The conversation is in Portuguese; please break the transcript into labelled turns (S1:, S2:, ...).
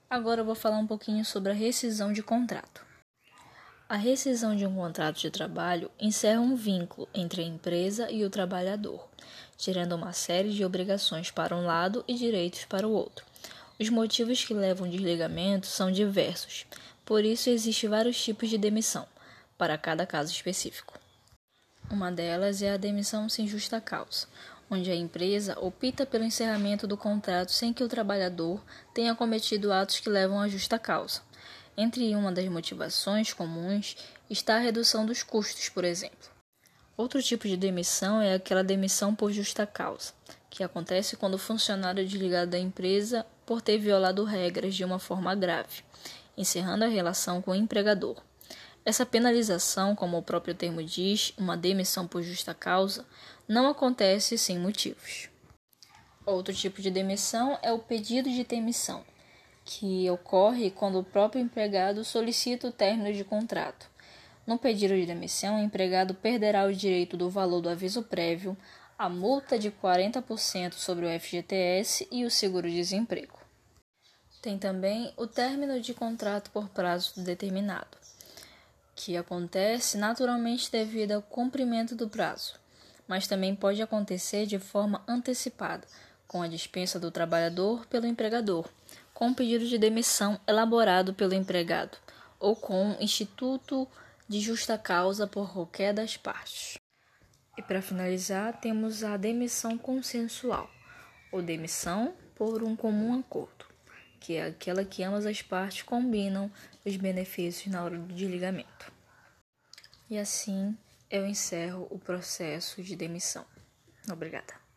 S1: Agora eu vou falar um pouquinho sobre a rescisão de contrato. A rescisão de um contrato de trabalho encerra um vínculo entre a empresa e o trabalhador, tirando uma série de obrigações para um lado e direitos para o outro. Os motivos que levam ao desligamento são diversos, por isso existem vários tipos de demissão, para cada caso específico. Uma delas é a demissão sem justa causa, onde a empresa opta pelo encerramento do contrato sem que o trabalhador tenha cometido atos que levam à justa causa. Entre uma das motivações comuns está a redução dos custos, por exemplo. Outro tipo de demissão é aquela demissão por justa causa, que acontece quando o funcionário é desligado da empresa por ter violado regras de uma forma grave, encerrando a relação com o empregador. Essa penalização, como o próprio termo diz, uma demissão por justa causa, não acontece sem motivos. Outro tipo de demissão é o pedido de demissão, que ocorre quando o próprio empregado solicita o término de contrato. No pedido de demissão, o empregado perderá o direito do valor do aviso prévio, a multa de 40% sobre o FGTS e o seguro-desemprego. Tem também o término de contrato por prazo determinado, que acontece naturalmente devido ao cumprimento do prazo, mas também pode acontecer de forma antecipada, com a dispensa do trabalhador pelo empregador, com um pedido de demissão elaborado pelo empregado, ou com um instituto de justa causa por qualquer das partes. E para finalizar, temos a demissão consensual, ou demissão por um comum acordo, que é aquela que ambas as partes combinam os benefícios na hora do desligamento. E assim eu encerro o processo de demissão. Obrigada.